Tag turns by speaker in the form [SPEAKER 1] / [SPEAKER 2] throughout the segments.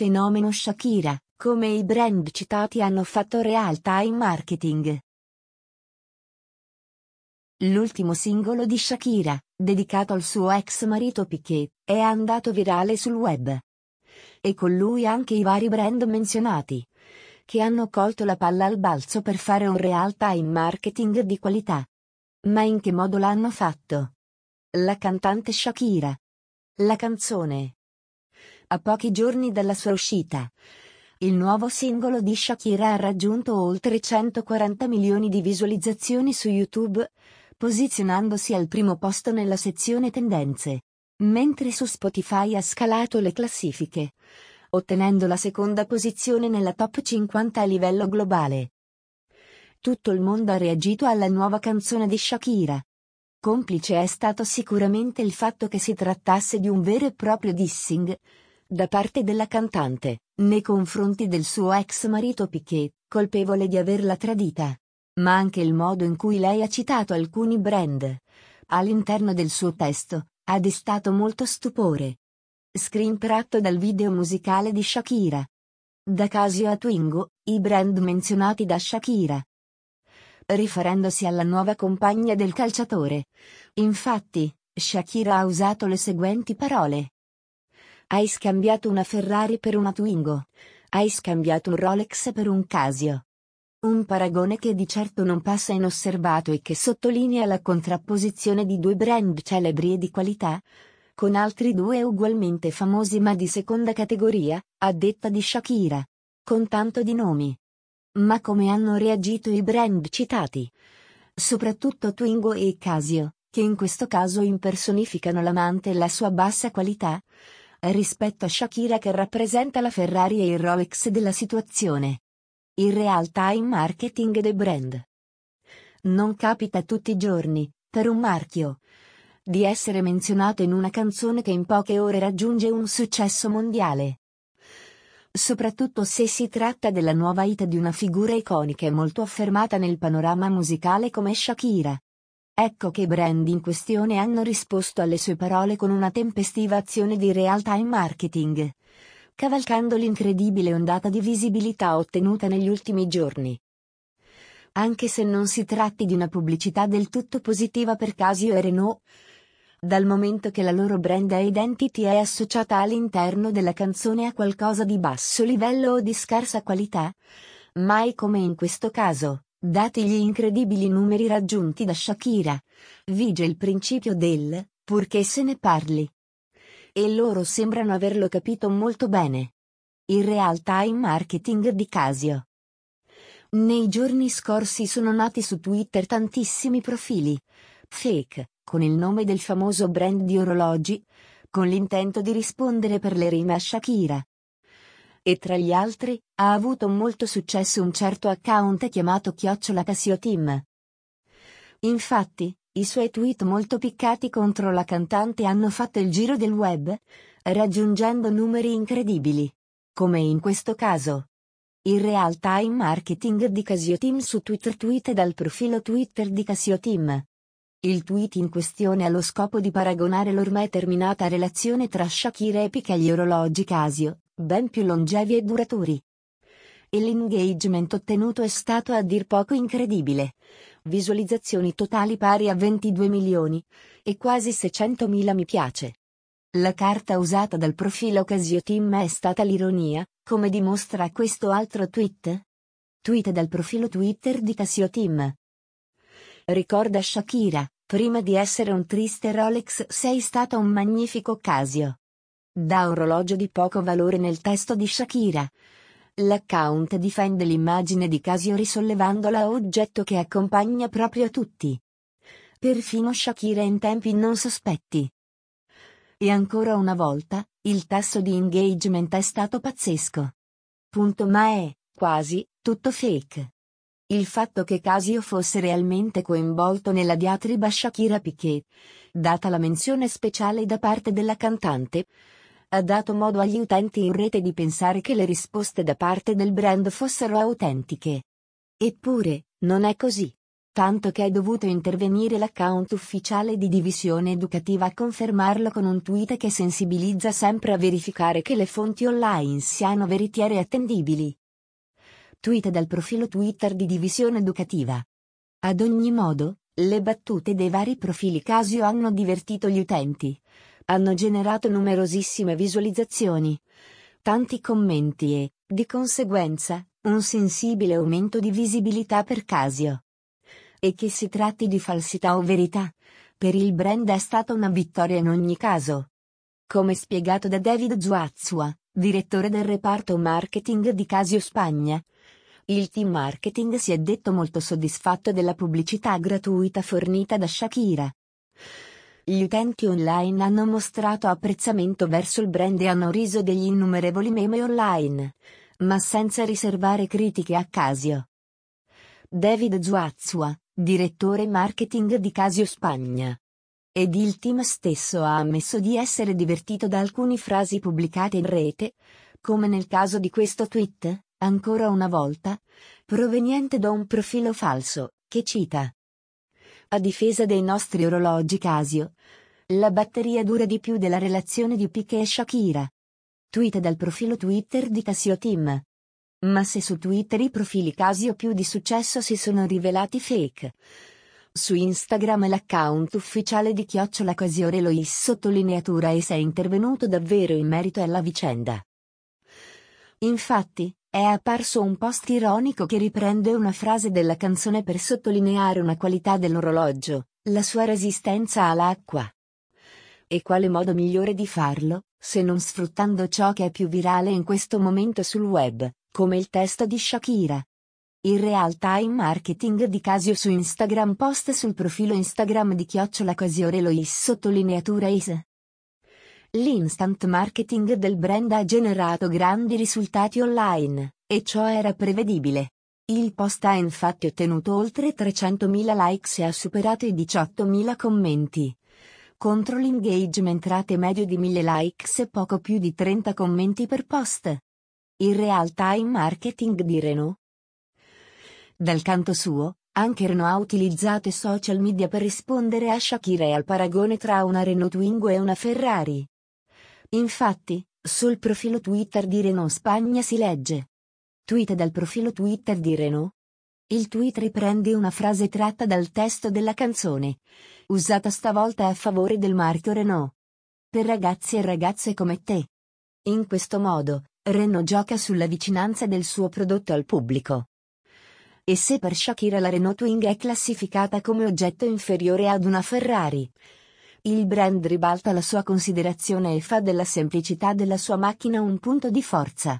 [SPEAKER 1] fenomeno Shakira, come i brand citati hanno fatto real-time marketing. L'ultimo singolo di Shakira, dedicato al suo ex marito Piqué, è andato virale sul web. E con lui anche i vari brand menzionati, che hanno colto la palla al balzo per fare un real-time marketing di qualità. Ma in che modo l'hanno fatto? La cantante Shakira. La canzone. A pochi giorni dalla sua uscita, il nuovo singolo di Shakira ha raggiunto oltre 140 milioni di visualizzazioni su YouTube, posizionandosi al primo posto nella sezione tendenze, mentre su Spotify ha scalato le classifiche, ottenendo la seconda posizione nella top 50 a livello globale. Tutto il mondo ha reagito alla nuova canzone di Shakira. Complice è stato sicuramente il fatto che si trattasse di un vero e proprio dissing da parte della cantante nei confronti del suo ex marito Piqué, colpevole di averla tradita. Ma anche il modo in cui lei ha citato alcuni brand all'interno del suo testo ha destato molto stupore. Screen tratto dal video musicale di Shakira. Da Casio a Twingo, i brand menzionati da Shakira. Riferendosi alla nuova compagna del calciatore. Infatti, Shakira ha usato le seguenti parole. Hai scambiato una Ferrari per una Twingo. Hai scambiato un Rolex per un Casio. Un paragone che di certo non passa inosservato e che sottolinea la contrapposizione di due brand celebri e di qualità, con altri due ugualmente famosi ma di seconda categoria, a detta di Shakira. Con tanto di nomi. Ma come hanno reagito i brand citati? Soprattutto Twingo e Casio, che in questo caso impersonificano l'amante e la sua bassa qualità, rispetto a Shakira che rappresenta la Ferrari e il Rolex della situazione. Il real-time marketing dei brand. Non capita tutti i giorni, per un marchio, di essere menzionato in una canzone che in poche ore raggiunge un successo mondiale. Soprattutto se si tratta della nuova hit di una figura iconica e molto affermata nel panorama musicale come Shakira. Ecco che i brand in questione hanno risposto alle sue parole con una tempestiva azione di real-time marketing, cavalcando l'incredibile ondata di visibilità ottenuta negli ultimi giorni. Anche se non si tratti di una pubblicità del tutto positiva per Casio e Renault, dal momento che la loro brand identity è associata all'interno della canzone a qualcosa di basso livello o di scarsa qualità, mai come in questo caso, dati gli incredibili numeri raggiunti da Shakira, vige il principio del purché se ne parli. E loro sembrano averlo capito molto bene. Il real-time marketing di Casio. Nei giorni scorsi sono nati su Twitter tantissimi profili fake, con il nome del famoso brand di orologi, con l'intento di rispondere per le rime a Shakira. E tra gli altri, ha avuto molto successo un certo account chiamato @CasioTeam. Infatti, i suoi tweet molto piccati contro la cantante hanno fatto il giro del web, raggiungendo numeri incredibili. Come in questo caso. Il real-time marketing di CasioTeam su Twitter. Tweet dal profilo Twitter di CasioTeam. Il tweet in questione ha lo scopo di paragonare l'ormai terminata relazione tra Shakira e Piqué agli orologi Casio, ben più longevi e duraturi. E l'engagement ottenuto è stato a dir poco incredibile. Visualizzazioni totali pari a 22 milioni, e quasi 600.000 mi piace. La carta usata dal profilo CasioTeam è stata l'ironia, come dimostra questo altro tweet. Tweet dal profilo Twitter di CasioTeam. Ricorda Shakira, prima di essere un triste Rolex sei stata un magnifico Casio. Da orologio di poco valore nel testo di Shakira. L'account difende l'immagine di Casio risollevandola a oggetto che accompagna proprio tutti. Perfino Shakira in tempi non sospetti. E ancora una volta, il tasso di engagement è stato pazzesco. Ma è, quasi, tutto fake. Il fatto che Casio fosse realmente coinvolto nella diatriba Shakira-Piqué, data la menzione speciale da parte della cantante, ha dato modo agli utenti in rete di pensare che le risposte da parte del brand fossero autentiche. Eppure, non è così. tanto che è dovuto intervenire l'account ufficiale di Divisione Educativa a confermarlo con un tweet che sensibilizza sempre a verificare che le fonti online siano veritiere e attendibili. Tweet dal profilo Twitter di Divisione Educativa. Ad ogni modo, le battute dei vari profili Casio hanno divertito gli utenti. Hanno generato numerosissime visualizzazioni, tanti commenti e, di conseguenza, un sensibile aumento di visibilità per Casio. E che si tratti di falsità o verità, per il brand è stata una vittoria in ogni caso. Come spiegato da David Zuazzua, direttore del reparto marketing di Casio Spagna, il team marketing si è detto molto soddisfatto della pubblicità gratuita fornita da Shakira. Gli utenti online hanno mostrato apprezzamento verso il brand e hanno riso degli innumerevoli meme online, ma senza riservare critiche a Casio. David Zuazzua, direttore marketing di Casio Spagna. Ed il team stesso ha ammesso di essere divertito da alcune frasi pubblicate in rete, come nel caso di questo tweet, ancora una volta, proveniente da un profilo falso, che cita: a difesa dei nostri orologi Casio, la batteria dura di più della relazione di Piqué e Shakira. Tweet dal profilo Twitter di Casio Team. Ma se su Twitter i profili Casio più di successo si sono rivelati fake, su Instagram l'account ufficiale di @CasioRelois _ è intervenuto davvero in merito alla vicenda. Infatti, è apparso un post ironico che riprende una frase della canzone per sottolineare una qualità dell'orologio, la sua resistenza all'acqua. E quale modo migliore di farlo, se non sfruttando ciò che è più virale in questo momento sul web, come il testo di Shakira. Il real time marketing di Casio su Instagram, post sul profilo Instagram di @CasioRelois _is. L'instant marketing del brand ha generato grandi risultati online, e ciò era prevedibile. Il post ha infatti ottenuto oltre 300.000 likes e ha superato i 18.000 commenti, contro l'engagement rate medio di 1.000 likes e poco più di 30 commenti per post. Il real time marketing di Renault. Dal canto suo, anche Renault ha utilizzato i social media per rispondere a Shakira e al paragone tra una Renault Twingo e una Ferrari. Infatti, sul profilo Twitter di Renault Spagna si legge: tweet dal profilo Twitter di Renault. Il tweet riprende una frase tratta dal testo della canzone, usata stavolta a favore del marchio Renault. Per ragazzi e ragazze come te. In questo modo, Renault gioca sulla vicinanza del suo prodotto al pubblico. E se per Shakira la Renault Twingo è classificata come oggetto inferiore ad una Ferrari, il brand ribalta la sua considerazione e fa della semplicità della sua macchina un punto di forza.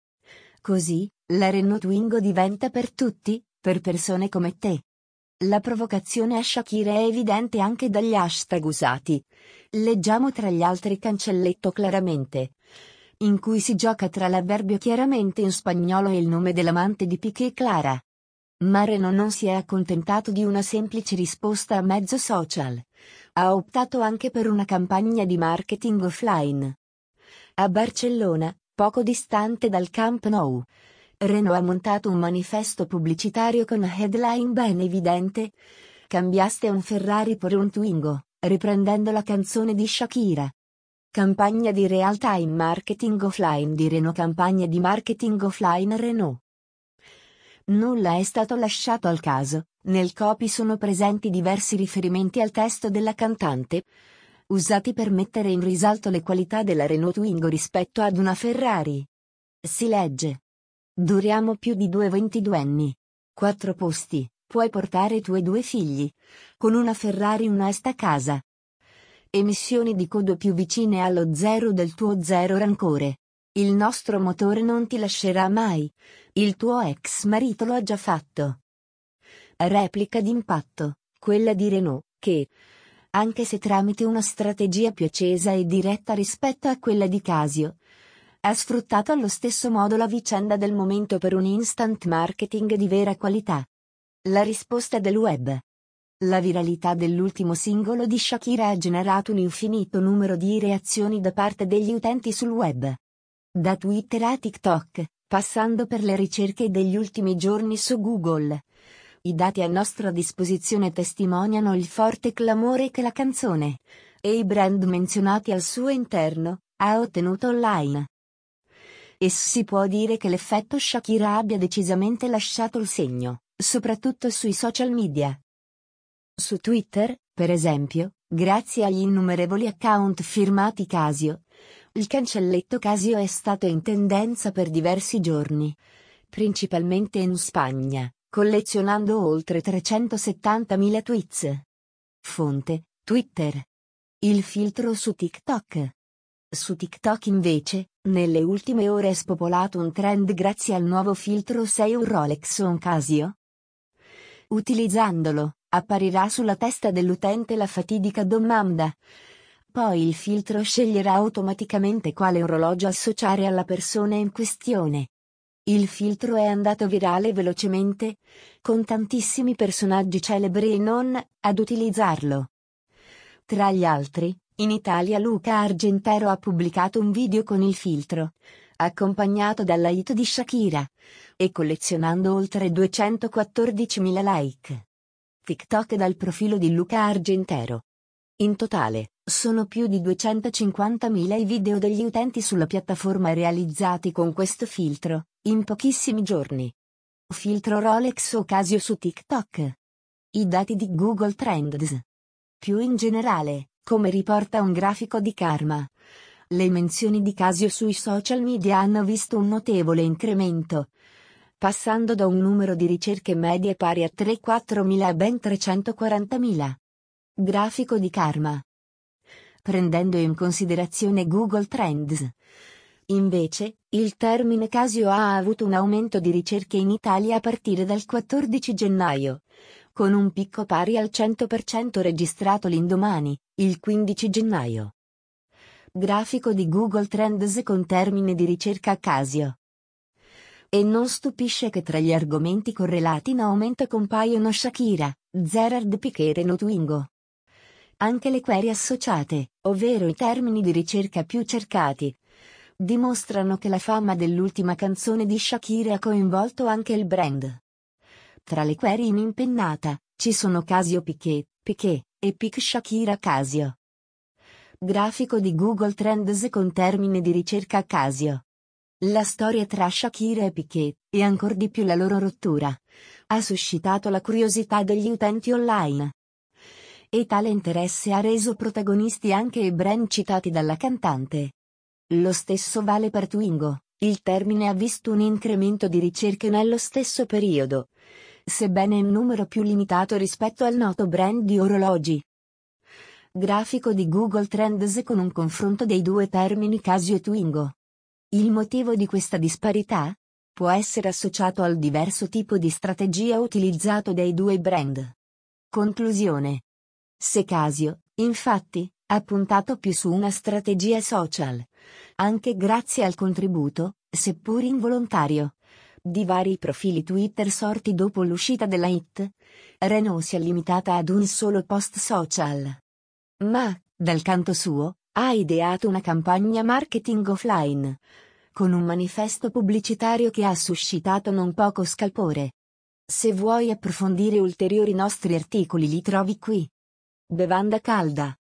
[SPEAKER 1] Così, la Renault Twingo diventa per tutti, per persone come te. La provocazione a Shakira è evidente anche dagli hashtag usati. Leggiamo tra gli altri cancelletto claramente, in cui si gioca tra l'avverbio chiaramente in spagnolo e il nome dell'amante di Piqué, Clara. Ma Renault non si è accontentato di una semplice risposta a mezzo social. Ha optato anche per una campagna di marketing offline. A Barcellona, poco distante dal Camp Nou, Renault ha montato un manifesto pubblicitario con una headline ben evidente: cambiaste un Ferrari per un Twingo, riprendendo la canzone di Shakira. Campagna di real time marketing offline di Renault. Campagna di marketing offline Renault. Nulla è stato lasciato al caso. Nel copy sono presenti diversi riferimenti al testo della cantante, usati per mettere in risalto le qualità della Renault Twingo rispetto ad una Ferrari. Si legge: duriamo più di 2 22enni. 4 posti, puoi portare i tuoi 2 figli. Con una Ferrari onesta a casa. Emissioni di codo più vicine allo zero del tuo zero rancore. Il nostro motore non ti lascerà mai. Il tuo ex marito lo ha già fatto. Replica d'impatto, quella di Renault, che, anche se tramite una strategia più accesa e diretta rispetto a quella di Casio, ha sfruttato allo stesso modo la vicenda del momento per un instant marketing di vera qualità. La risposta del web. La viralità dell'ultimo singolo di Shakira ha generato un infinito numero di reazioni da parte degli utenti sul web. Da Twitter a TikTok, passando per le ricerche degli ultimi giorni su Google. I dati a nostra disposizione testimoniano il forte clamore che la canzone, e i brand menzionati al suo interno, ha ottenuto online. E si può dire che l'effetto Shakira abbia decisamente lasciato il segno, soprattutto sui social media. Su Twitter, per esempio, grazie agli innumerevoli account firmati Casio, il cancelletto Casio è stato in tendenza per diversi giorni, principalmente in Spagna, collezionando oltre 370.000 tweets. Fonte: Twitter. Il filtro su TikTok. Su TikTok invece, nelle ultime ore è spopolato un trend grazie al nuovo filtro Sei un Rolex o un Casio? Utilizzandolo, apparirà sulla testa dell'utente la fatidica domanda. Poi il filtro sceglierà automaticamente quale orologio associare alla persona in questione. Il filtro è andato virale velocemente, con tantissimi personaggi celebri e non, ad utilizzarlo. Tra gli altri, in Italia Luca Argentero ha pubblicato un video con il filtro, accompagnato dalla hit di Shakira, e collezionando oltre 214.000 like. TikTok dal profilo di Luca Argentero. In totale, sono più di 250.000 i video degli utenti sulla piattaforma realizzati con questo filtro, in pochissimi giorni. Filtro Rolex o Casio su TikTok. I dati di Google Trends. Più in generale, come riporta un grafico di Karma, le menzioni di Casio sui social media hanno visto un notevole incremento, passando da un numero di ricerche medie pari a 3-4.000 a ben 340.000. Grafico di Karma. Prendendo in considerazione Google Trends, invece, il termine Casio ha avuto un aumento di ricerche in Italia a partire dal 14 gennaio, con un picco pari al 100% registrato l'indomani, il 15 gennaio. Grafico di Google Trends con termine di ricerca Casio. E non stupisce che tra gli argomenti correlati in aumento compaiono Shakira, Gerard Piqué e Renaud Twingo. Anche le query associate, ovvero i termini di ricerca più cercati, dimostrano che la fama dell'ultima canzone di Shakira ha coinvolto anche il brand. Tra le query in impennata, ci sono Casio Piqué, Piqué, e Pic Shakira Casio. Grafico di Google Trends con termine di ricerca Casio. La storia tra Shakira e Piqué, e ancor di più la loro rottura, ha suscitato la curiosità degli utenti online. E tale interesse ha reso protagonisti anche i brand citati dalla cantante. Lo stesso vale per Twingo, il termine ha visto un incremento di ricerche nello stesso periodo, sebbene in numero più limitato rispetto al noto brand di orologi. Grafico di Google Trends con un confronto dei due termini Casio e Twingo. Il motivo di questa disparità? Può essere associato al diverso tipo di strategia utilizzato dai due brand. Conclusione. Se Casio, infatti, ha puntato più su una strategia social, anche grazie al contributo, seppur involontario, di vari profili Twitter sorti dopo l'uscita della hit, Renaud si è limitata ad un solo post social. Ma, dal canto suo, ha ideato una campagna marketing offline, con un manifesto pubblicitario che ha suscitato non poco scalpore. Se vuoi approfondire ulteriori nostri articoli li trovi qui. Bevanda calda.